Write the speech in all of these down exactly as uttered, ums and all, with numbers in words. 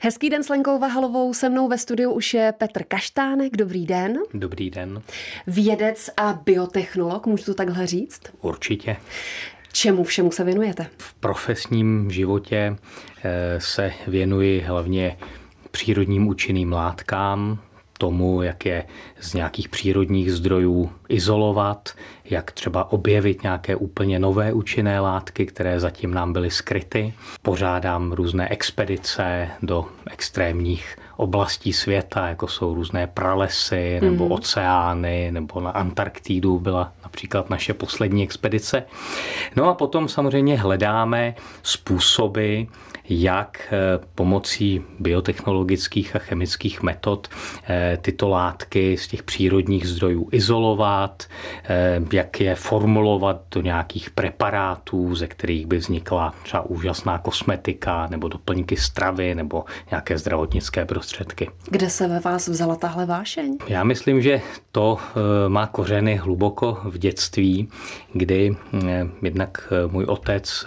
Hezký den s Lenkou Vahalovou, se mnou ve studiu už je Petr Kaštánek. Dobrý den. Dobrý den. Vědec a biotechnolog, můžu to takhle říct? Určitě. Čemu všemu se věnujete? V profesním životě se věnuji hlavně přírodním účinným látkám, tomu, jak je z nějakých přírodních zdrojů izolovat, jak třeba objevit nějaké úplně nové účinné látky, které zatím nám byly skryty. Pořádám různé expedice do extrémních oblastí světa, jako jsou různé pralesy nebo mm. oceány, nebo na Antarktidu byla například naše poslední expedice. No a potom samozřejmě hledáme způsoby, jak pomocí biotechnologických a chemických metod tyto látky z těch přírodních zdrojů izolovat, jak je formulovat do nějakých preparátů, ze kterých by vznikla třeba úžasná kosmetika nebo doplňky stravy nebo nějaké zdravotnické prostředky. Kde se ve vás vzala tahle vášeň? Já myslím, že to má kořeny hluboko v dětství, kdy jednak můj otec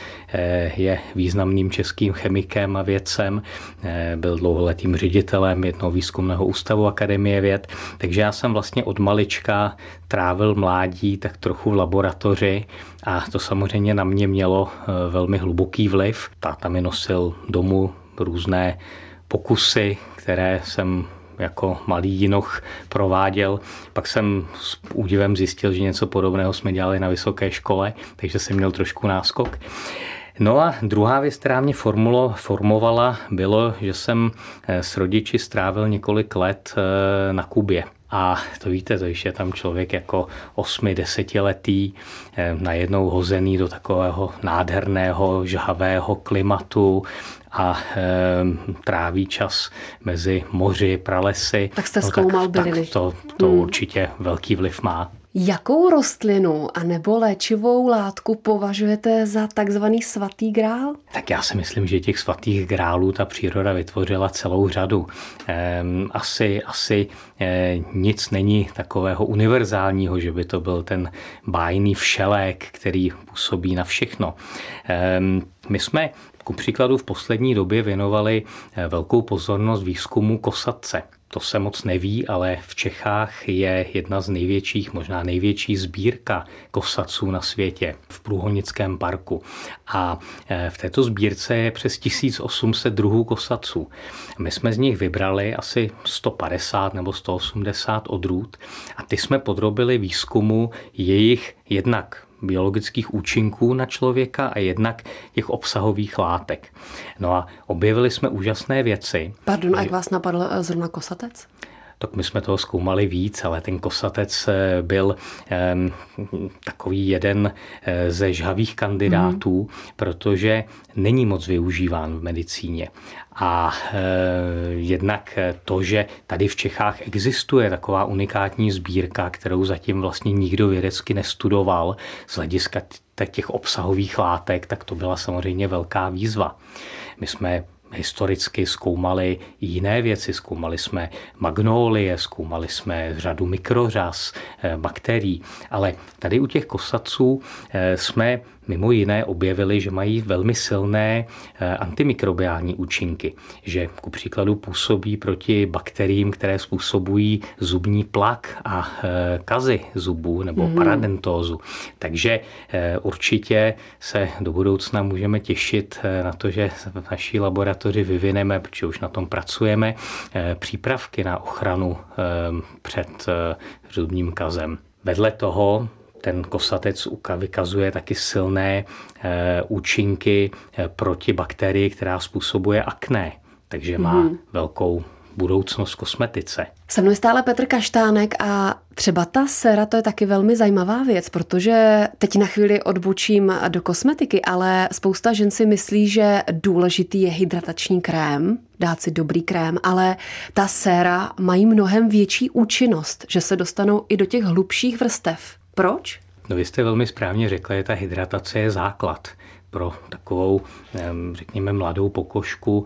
je významným českým chemikem a vědcem, byl dlouholetým ředitelem jednoho výzkumného ústavu Akademie věd, takže já jsem vlastně od malička trávil mládí tak trochu v laboratoři a to samozřejmě na mě mělo velmi hluboký vliv. Táta mi nosil domů různé pokusy, které jsem jako malý jinoch prováděl. Pak jsem s údivem zjistil, že něco podobného jsme dělali na vysoké škole, takže jsem měl trošku náskok. No a druhá věc, která mě formulo, formovala, bylo, že jsem s rodiči strávil několik let na Kubě. A to víte, to je tam člověk jako osmi, desetiletý, najednou hozený do takového nádherného, žhavého klimatu a e, tráví čas mezi moři, pralesy. Tak jste zkoumal no, tak, byliny. Tak to, to hmm. určitě velký vliv má. Jakou rostlinu anebo léčivou látku považujete za takzvaný svatý grál? Tak já si myslím, že těch svatých grálů ta příroda vytvořila celou řadu. Ehm, asi asi e, nic není takového univerzálního, že by to byl ten bájný všelék, který působí na všechno. Ehm, my jsme ku příkladu v poslední době věnovali velkou pozornost výzkumu kosatce. To se moc neví, ale v Čechách je jedna z největších, možná největší sbírka kosaců na světě v Průhonickém parku. A v této sbírce je přes tisíc osm set druhů kosaců. My jsme z nich vybrali asi sto padesát nebo sto osmdesát odrůd a ty jsme podrobili výzkumu jejich jednak biologických účinků na člověka a jednak těch obsahových látek. No a objevili jsme úžasné věci. Pardon, a jak vás napadl zrovna kosatec? Tak my jsme toho zkoumali víc, ale ten kosatec byl um, takový jeden ze žhavých kandidátů, mm. protože není moc využíván v medicíně. A e, jednak to, že tady v Čechách existuje taková unikátní sbírka, kterou zatím vlastně nikdo vědecky nestudoval z hlediska těch obsahových látek, tak to byla samozřejmě velká výzva. My jsme historicky zkoumali jiné věci, zkoumali jsme magnólie, zkoumali jsme řadu mikrořas, bakterií, ale tady u těch kosaců jsme mimo jiné objevili, že mají velmi silné antimikrobiální účinky, že ku příkladu působí proti bakteriím, které způsobují zubní plak a kazy zubů nebo mm. paradontózu. Takže určitě se do budoucna můžeme těšit na to, že v naší laboratoři vyvineme, protože už na tom pracujeme, přípravky na ochranu před zubním kazem. Vedle toho ten kosatec vykazuje taky silné e, účinky e, proti bakterii, která způsobuje akné, takže má mm. velkou budoucnost v kosmetice. Se mnou je stále Petr Kaštánek a třeba ta séra, to je taky velmi zajímavá věc, protože teď na chvíli odbočím do kosmetiky, ale spousta žen si myslí, že důležitý je hydratační krém, dát si dobrý krém, ale ta séra mají mnohem větší účinnost, že se dostanou i do těch hlubších vrstev. Proč? No vy jste velmi správně řekla, že ta hydratace je základ. Pro takovou, řekněme, mladou pokožku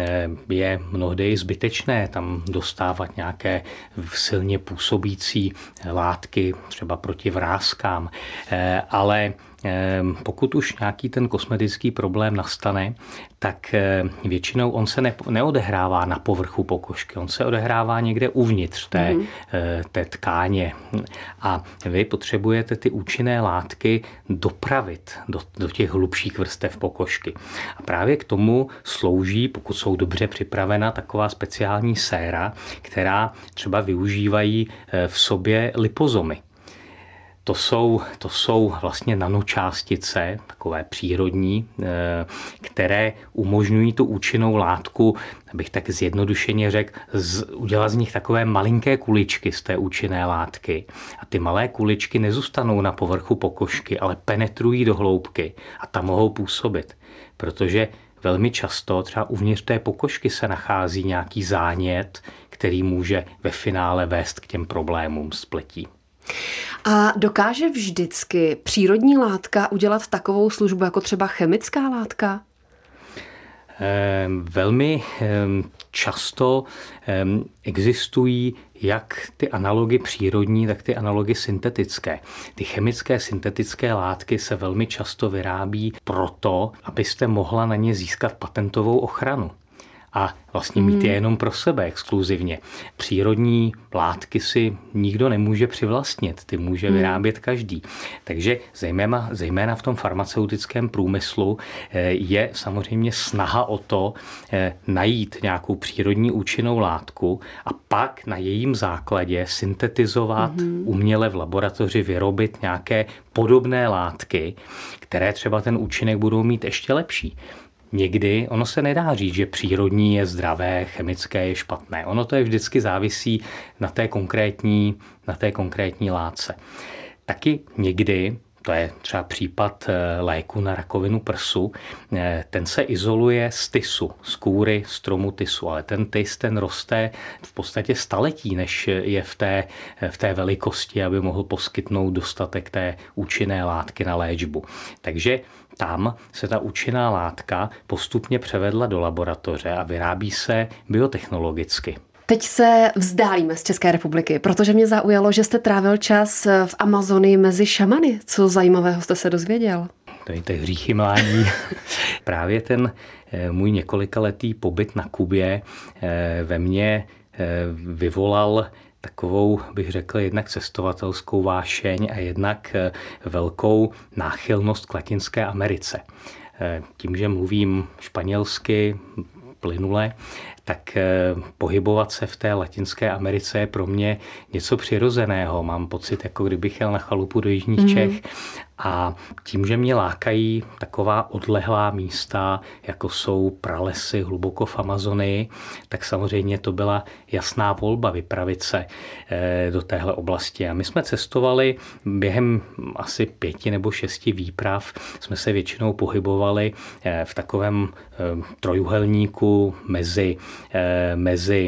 je mnohdy zbytečné tam dostávat nějaké silně působící látky, třeba proti vráskám, ale Pokud už nějaký ten kosmetický problém nastane, tak většinou on se ne, neodehrává na povrchu pokožky, on se odehrává někde uvnitř té, mm. té tkáně. A vy potřebujete ty účinné látky dopravit do, do těch hlubších vrstev pokožky. A právě k tomu slouží, pokud jsou dobře připravena, taková speciální séra, která třeba využívají v sobě lipozomy. To jsou, to jsou vlastně nanočástice, takové přírodní, které umožňují tu účinnou látku, abych tak zjednodušeně řekl, z, udělat z nich takové malinké kuličky z té účinné látky. A ty malé kuličky nezůstanou na povrchu pokožky, ale penetrují do hloubky a tam mohou působit. Protože velmi často třeba uvnitř té pokožky se nachází nějaký zánět, který může ve finále vést k těm problémům s pletí. A dokáže vždycky přírodní látka udělat takovou službu jako třeba chemická látka? Velmi často existují jak ty analogy přírodní, tak ty analogy syntetické. Ty chemické syntetické látky se velmi často vyrábí proto, abyste mohla na ně získat patentovou ochranu. A vlastně mít je jenom pro sebe exkluzivně. Přírodní látky si nikdo nemůže přivlastnit, ty může vyrábět každý. Takže zejména, zejména v tom farmaceutickém průmyslu je samozřejmě snaha o to najít nějakou přírodní účinnou látku a pak na jejím základě syntetizovat, mm-hmm. uměle v laboratoři vyrobit nějaké podobné látky, které třeba ten účinek budou mít ještě lepší. Někdy ono se nedá říct, že přírodní je zdravé, chemické je špatné. Ono to je vždycky závisí na té konkrétní, na té konkrétní látce. Taky někdy, to je třeba případ léku na rakovinu prsu, ten se izoluje z tisu, z kůry stromu tisu, ale ten tis, ten roste v podstatě staletí, než je v té, v té velikosti, aby mohl poskytnout dostatek té účinné látky na léčbu. Takže tam se ta účinná látka postupně převedla do laboratoře a vyrábí se biotechnologicky. Teď se vzdálíme z České republiky, protože mě zaujalo, že jste trávil čas v Amazonii mezi šamany. Co zajímavého jste se dozvěděl? To je ty hříchy mládí. Právě ten můj několikaletý pobyt na Kubě ve mně vyvolal takovou, bych řekl, jednak cestovatelskou vášeň a jednak velkou náchylnost k Latinské Americe. Tím, že mluvím španělsky plynule, tak pohybovat se v té Latinské Americe je pro mě něco přirozeného. Mám pocit, jako kdybych jel na chalupu do jižních mm. Čech. A tím, že mě lákají taková odlehlá místa, jako jsou pralesy hluboko v Amazonii, tak samozřejmě to byla jasná volba vypravit se do téhle oblasti. A my jsme cestovali během asi pěti nebo šesti výprav, jsme se většinou pohybovali v takovém trojuhelníku mezi, mezi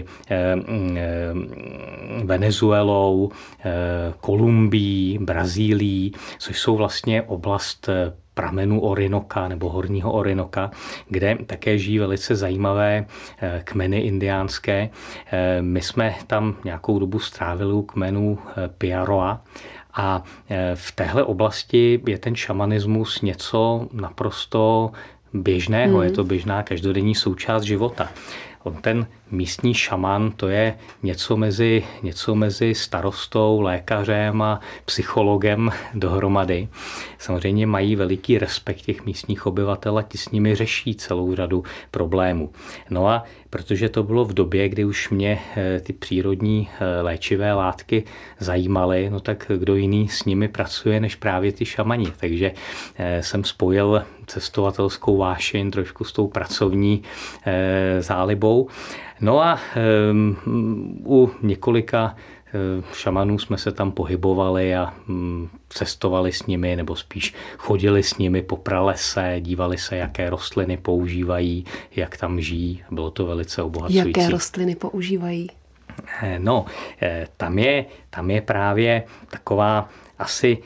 Venezuelou, Kolumbií, Brazílií, což jsou vlastně vlastně oblast pramenu Orinoka nebo Horního Orinoka, kde také žijí velice zajímavé kmeny indiánské. My jsme tam nějakou dobu strávili u kmenů Piaroa a v téhle oblasti je ten šamanismus něco naprosto běžného, hmm. je to běžná každodenní součást života. On ten místní šaman, to je něco mezi, něco mezi starostou, lékařem a psychologem dohromady. Samozřejmě mají veliký respekt těch místních obyvatel a ti s nimi řeší celou řadu problémů. No a protože to bylo v době, kdy už mě ty přírodní léčivé látky zajímaly, no tak kdo jiný s nimi pracuje, než právě ty šamani. Takže jsem spojil cestovatelskou vášeň trošku s tou pracovní zálibou. No a um, u několika uh, šamanů jsme se tam pohybovali a um, cestovali s nimi, nebo spíš chodili s nimi po pralese, dívali se, jaké rostliny používají, jak tam žijí. Bylo to velice obohacující. Jaké rostliny používají? No, tam je, tam je právě taková asi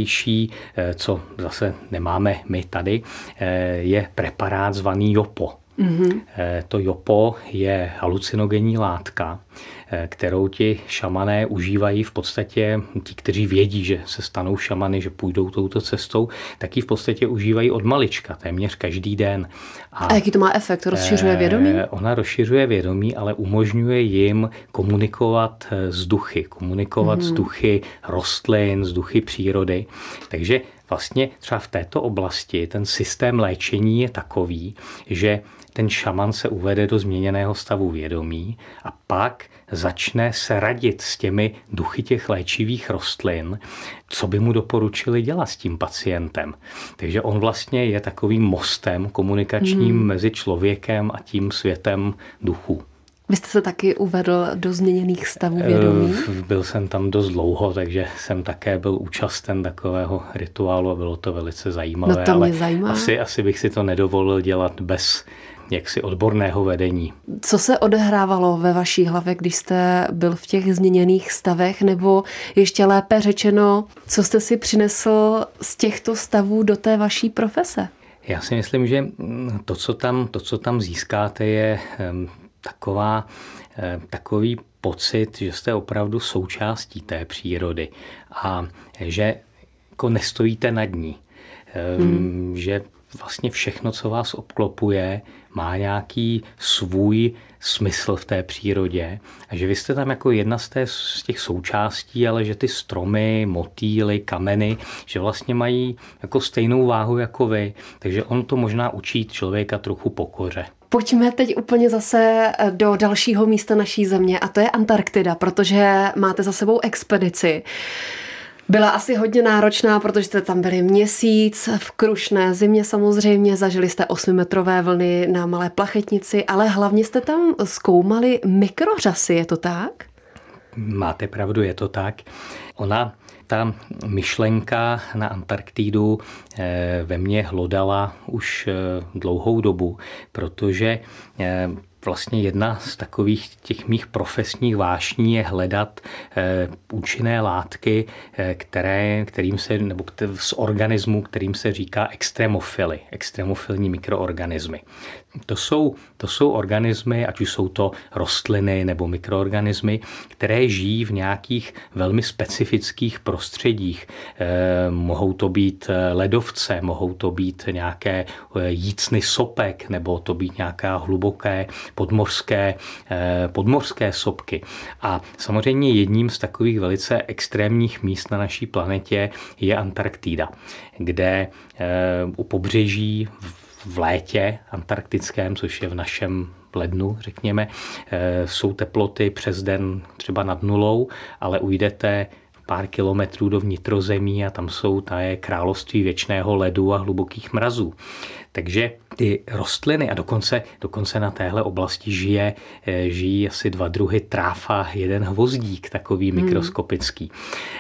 nejzajímavější, co zase nemáme my tady, je preparát zvaný jopo. Mm-hmm. To jopo je halucinogenní látka, kterou ti šamané užívají v podstatě, ti, kteří vědí, že se stanou šamany, že půjdou touto cestou, tak ji v podstatě užívají od malička, téměř každý den. A, a jaký to má efekt? Rozšiřuje vědomí? Ona rozšiřuje vědomí, ale umožňuje jim komunikovat s duchy, komunikovat mm. s duchy rostlin, s duchy přírody. Takže vlastně třeba v této oblasti ten systém léčení je takový, že ten šaman se uvede do změněného stavu vědomí a pak začne se radit s těmi duchy těch léčivých rostlin, co by mu doporučili dělat s tím pacientem. Takže on vlastně je takovým mostem komunikačním mm. mezi člověkem a tím světem duchů. Vy jste se taky uvedl do změněných stavů vědomí? Byl jsem tam dost dlouho, takže jsem také byl účasten takového rituálu a bylo to velice zajímavé. No to mě zajímá. Asi, asi bych si to nedovolil dělat bez jaksi odborného vedení. Co se odehrávalo ve vaší hlavě, když jste byl v těch změněných stavech, nebo ještě lépe řečeno, co jste si přinesl z těchto stavů do té vaší profese? Já si myslím, že to, co tam, to, co tam získáte, je taková, takový pocit, že jste opravdu součástí té přírody a že jako nestojíte nad ní. Hmm. Že vlastně všechno, co vás obklopuje, má nějaký svůj smysl v té přírodě a že vy jste tam jako jedna z, té, z těch součástí, ale že ty stromy, motýly, kameny, že vlastně mají jako stejnou váhu jako vy, takže on to možná učí člověka trochu pokoře. Pojďme teď úplně zase do dalšího místa naší země a to je Antarktida, protože máte za sebou expedici. Byla asi hodně náročná, protože jste tam byli měsíc, v krušné zimě samozřejmě, zažili jste osmimetrové vlny na Malé Plachetnici, ale hlavně jste tam zkoumali mikrořasy, je to tak? Máte pravdu, je to tak. Ona, ta myšlenka na Antarktidu ve mně hlodala už dlouhou dobu, protože vlastně jedna z takových těch mých profesních vášní je hledat e, účinné látky, e, které, kterým se, nebo z organismů, kterým se říká extremofily, extremofilní mikroorganismy. To jsou, to jsou organismy, ať už jsou to rostliny nebo mikroorganismy, které žijí v nějakých velmi specifických prostředích. E, mohou to být ledovce, mohou to být nějaké jícny sopek, nebo to být nějaká hluboké podmořské, podmořské sopky. A samozřejmě jedním z takových velice extrémních míst na naší planetě je Antarktida, kde u pobřeží v létě antarktickém, což je v našem lednu, řekněme, jsou teploty přes den třeba nad nulou, ale ujdete pár kilometrů do vnitrozemí a tam jsou ta je království věčného ledu a hlubokých mrazů. Takže ty rostliny a dokonce, dokonce na téhle oblasti žije, žijí asi dva druhy tráv a jeden hvozdík, takový hmm. mikroskopický.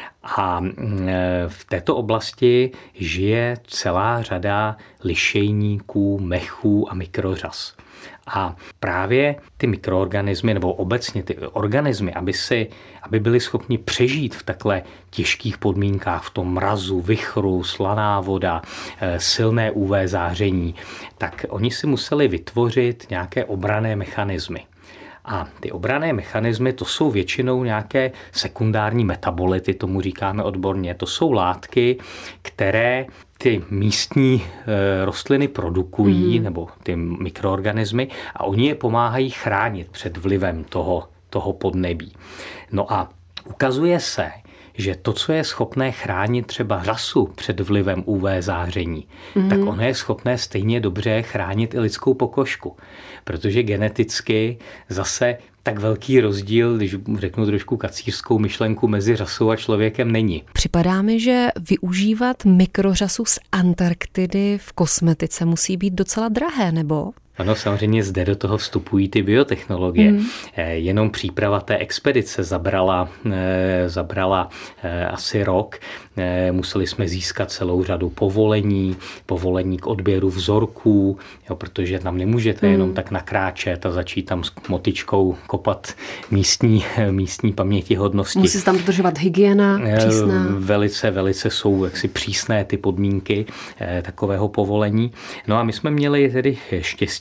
A v této oblasti žije celá řada lišejníků, mechů a mikrořas. A právě ty mikroorganismy nebo obecně ty organismy, aby, si, aby byli schopni přežít v takhle těžkých podmínkách, v tom mrazu, vichru, slaná voda, silné ú vé záření, tak oni si museli vytvořit nějaké obranné mechanismy. A ty obranné mechanismy, to jsou většinou nějaké sekundární metabolity, tomu říkáme odborně. To jsou látky, které ty místní e, rostliny produkují, mm. nebo ty mikroorganismy, a oni je pomáhají chránit před vlivem toho, toho podnebí. No a ukazuje se, že to, co je schopné chránit třeba řasu před vlivem ú vé záření, mm. tak ono je schopné stejně dobře chránit i lidskou pokožku. Protože geneticky zase tak velký rozdíl, když řeknu trošku kacířskou myšlenku, mezi řasou a člověkem není. Připadá mi, že využívat mikrořasu z Antarktidy v kosmetice musí být docela drahé, nebo? Ano, samozřejmě zde do toho vstupují ty biotechnologie. Mm. Jenom příprava té expedice zabrala, zabrala asi rok. Museli jsme získat celou řadu povolení, povolení k odběru vzorků, jo, protože tam nemůžete mm. jenom tak nakráčet a začít tam s motyčkou kopat místní, místní pamětihodnosti. Musí se tam dodržovat hygiena přísná. Velice, velice jsou jaksi přísné ty podmínky takového povolení. No a my jsme měli tedy štěstí,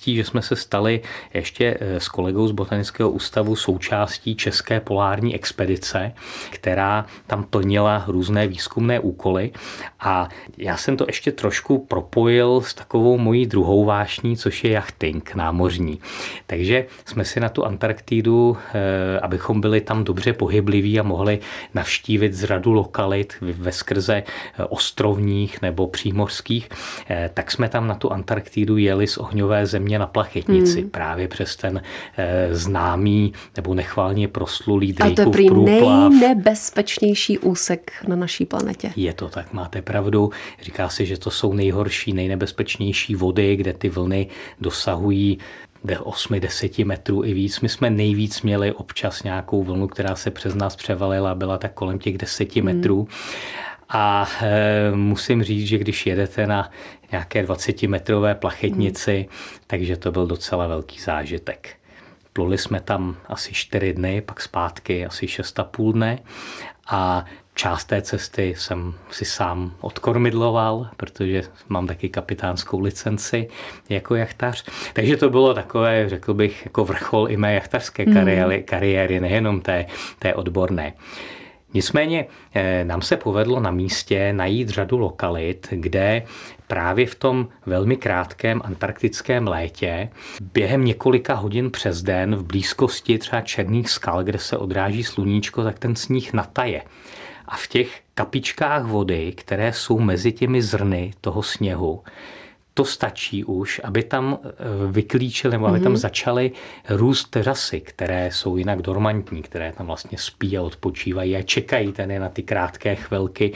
štěstí, že jsme se stali ještě s kolegou z Botanického ústavu součástí české polární expedice, která tam plnila různé výzkumné úkoly a já jsem to ještě trošku propojil s takovou mojí druhou vášní, což je jachting námořní. Takže jsme si na tu Antarktidu, abychom byli tam dobře pohybliví a mohli navštívit z řadu lokalit veskrze ostrovních nebo přímořských, tak jsme tam na tu Antarktidu jeli z ohňové země na plachetnici, hmm. právě přes ten známý nebo nechválně proslulý Drakeův průplav. A to je prý nejnebezpečnější úsek na naší planetě. Je to tak, máte pravdu. Říká se, že to jsou nejhorší, nejnebezpečnější vody, kde ty vlny dosahují osm deset metrů i víc. My jsme nejvíc měli občas nějakou vlnu, která se přes nás převalila, byla tak kolem těch deseti metrů. Hmm. A e, musím říct, že když jedete na nějaké dvacetimetrové plachetnici, hmm. takže to byl docela velký zážitek. Pluli jsme tam asi čtyři dny, pak zpátky asi šest a půl dne a část té cesty jsem si sám odkormidloval, protože mám taky kapitánskou licenci jako jachtař. Takže to bylo takové, řekl bych, jako vrchol i mé jachtařské kariéry, kariéry nejenom té, té odborné. Nicméně nám se povedlo na místě najít řadu lokalit, kde právě v tom velmi krátkém antarktickém létě během několika hodin přes den v blízkosti třeba černých skal, kde se odráží sluníčko, tak ten sníh nataje. A v těch kapičkách vody, které jsou mezi těmi zrny toho sněhu, to stačí už, aby tam vyklíčili nebo aby tam začaly růst řasy, které jsou jinak dormantní, které tam vlastně spí a odpočívají a čekají tedy na ty krátké chvilky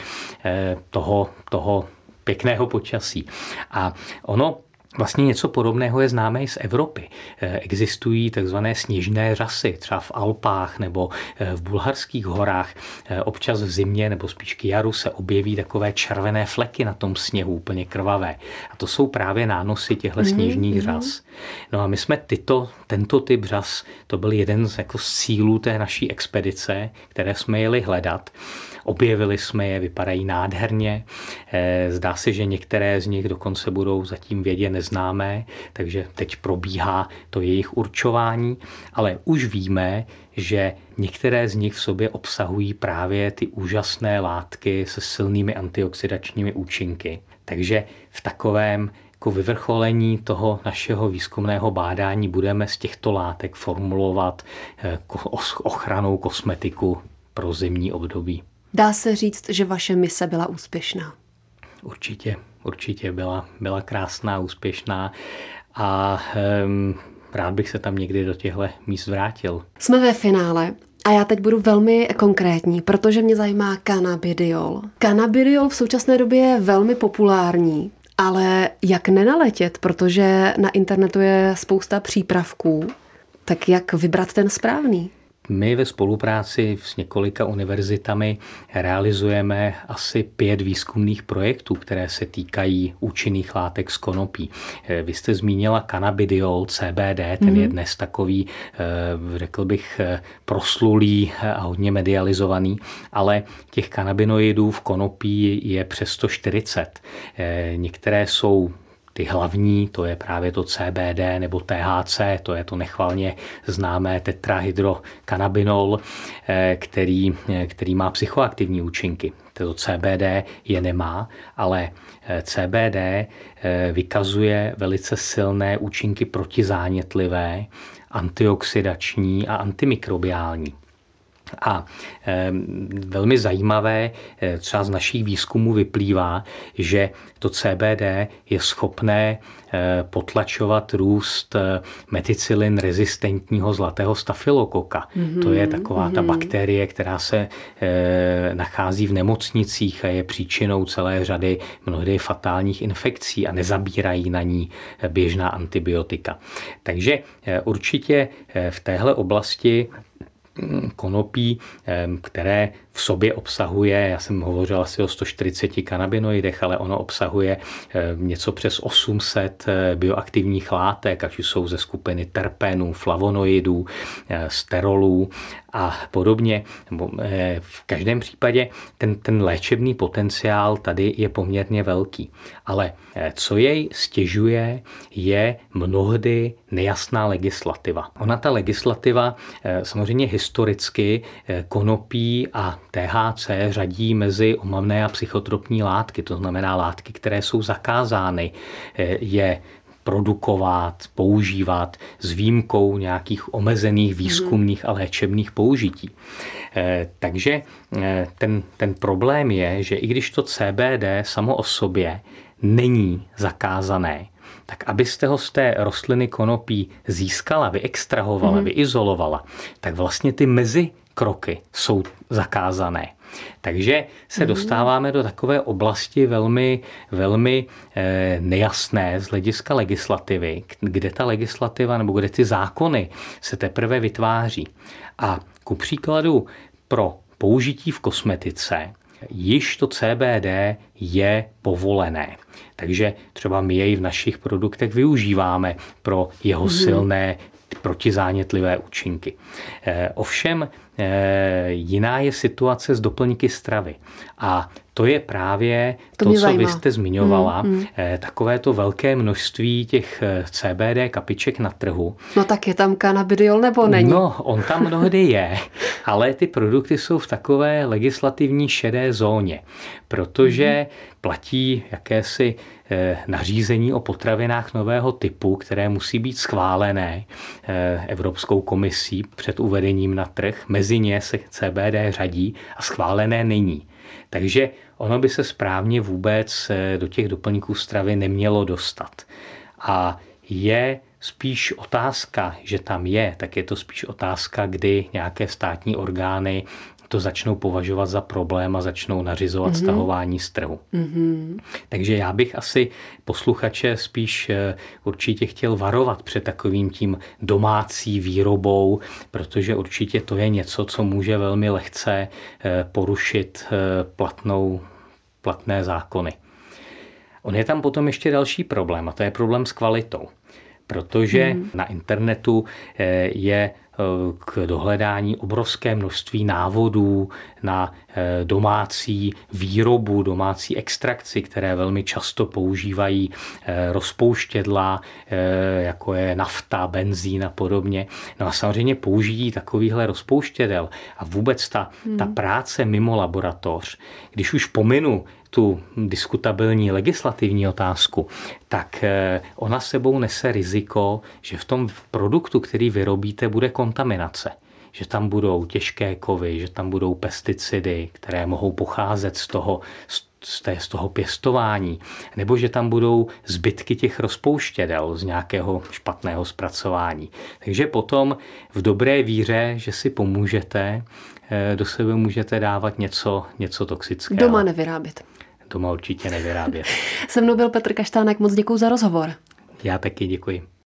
toho, toho pěkného počasí. A ono vlastně něco podobného je známé i z Evropy. Existují takzvané sněžné řasy, třeba v Alpách nebo v bulharských horách. Občas v zimě nebo spíš k jaru se objeví takové červené fleky na tom sněhu, úplně krvavé. A to jsou právě nánosy těchto sněžných mm-hmm. řas. No a my jsme tyto, tento typ řas, to byl jeden z jako cílů té naší expedice, které jsme jeli hledat. Objevili jsme je, vypadají nádherně. Zdá se, že některé z nich dokonce budou zatím vědě neznámé, takže teď probíhá to jejich určování, ale už víme, že některé z nich v sobě obsahují právě ty úžasné látky se silnými antioxidačními účinky. Takže v takovém jako vyvrcholení toho našeho výzkumného bádání budeme z těchto látek formulovat ochrannou kosmetiku pro zimní období. Dá se říct, že vaše mise byla úspěšná? Určitě, určitě byla, byla krásná, úspěšná a um, rád bych se tam někdy do těchto míst vrátil. Jsme ve finále a já teď budu velmi konkrétní, protože mě zajímá cannabidiol. Cannabidiol v současné době je velmi populární, ale jak nenaletět, protože na internetu je spousta přípravků, tak jak vybrat ten správný? My ve spolupráci s několika univerzitami realizujeme asi pět výzkumných projektů, které se týkají účinných látek z konopí. Vy jste zmínila cannabidiol, C B D, ten mm-hmm. je dnes takový, řekl bych, proslulý a hodně medializovaný, ale těch kanabinoidů v konopí je přes sto čtyřicet. Některé jsou ty hlavní, to je právě to C B D nebo T H C, to je to nechvalně známé tetrahydrokannabinol, který, který má psychoaktivní účinky. To C B D je nemá, ale C B D vykazuje velice silné účinky protizánětlivé, antioxidační a antimikrobiální. A e, velmi zajímavé e, třeba z našich výzkumů vyplývá, že to C B D je schopné e, potlačovat růst e, meticillin rezistentního zlatého stafylokoka. Mm-hmm, to je taková mm-hmm. ta bakterie, která se e, nachází v nemocnicích a je příčinou celé řady mnohdy fatálních infekcí a nezabírají na ní běžná antibiotika. Takže e, určitě e, v téhle oblasti konopí, které v sobě obsahuje, já jsem hovořil asi o sto čtyřiceti kanabinoidech, ale ono obsahuje něco přes osm set bioaktivních látek, ať už jsou ze skupiny terpénů, flavonoidů, sterolů a podobně. V každém případě ten, ten léčebný potenciál tady je poměrně velký. Ale co jej stěžuje, je mnohdy nejasná legislativa. Ona ta legislativa samozřejmě historicky konopí a T H C řadí mezi omamné a psychotropní látky, to znamená látky, které jsou zakázány je produkovat, používat s výjimkou nějakých omezených výzkumných a léčebných použití. Takže ten, ten problém je, že i když to C B D samo o sobě není zakázané, tak abyste ho z té rostliny konopí získala, vyextrahovala, mm. vyizolovala, tak vlastně ty mezikroky jsou zakázané. Takže se dostáváme do takové oblasti velmi, velmi eh, nejasné z hlediska legislativy, kde ta legislativa nebo kde ty zákony se teprve vytváří. A ku příkladu pro použití v kosmetice již to C B D je povolené. Takže třeba my jej v našich produktech využíváme pro jeho silné protizánětlivé účinky. Ovšem jiná je situace s doplňky stravy. A to je právě to, to co zajímá. Vy jste zmiňovala, mm, mm. takové to velké množství těch C B D kapiček na trhu. No tak je tam cannabidiol nebo není? No, on tam mnohdy je, ale ty produkty jsou v takové legislativní šedé zóně, protože mm. platí jakési nařízení o potravinách nového typu, které musí být schválené Evropskou komisí před uvedením na trh. Mezi ně se C B D řadí a schválené není. Takže ono by se správně vůbec do těch doplňků stravy nemělo dostat. A je spíš otázka, že tam je, tak je to spíš otázka, kdy nějaké státní orgány to začnou považovat za problém a začnou nařizovat mm-hmm. stahování z trhu. Mm-hmm. Takže já bych asi posluchače spíš určitě chtěl varovat před takovým tím domácí výrobou, protože určitě to je něco, co může velmi lehce porušit platnou, platné zákony. On je tam potom ještě další problém a to je problém s kvalitou. Protože mm. na internetu je k dohledání obrovské množství návodů na domácí výrobu, domácí extrakci, které velmi často používají rozpouštědla, jako je nafta, benzín a podobně. No a samozřejmě použití takovýchhle rozpouštědel a vůbec ta, hmm. ta práce mimo laboratoř, když už pominu tu diskutabilní legislativní otázku, tak ona sebou nese riziko, že v tom produktu, který vyrobíte, bude kontaminace. Že tam budou těžké kovy, že tam budou pesticidy, které mohou pocházet z toho, z, té, z toho pěstování, nebo že tam budou zbytky těch rozpouštědel z nějakého špatného zpracování. Takže potom v dobré víře, že si pomůžete, do sebe můžete dávat něco, něco toxického. Doma nevyrábět. Doma určitě nevyrábět. Se mnou byl Petr Kaštánek, moc děkuju za rozhovor. Já taky děkuji.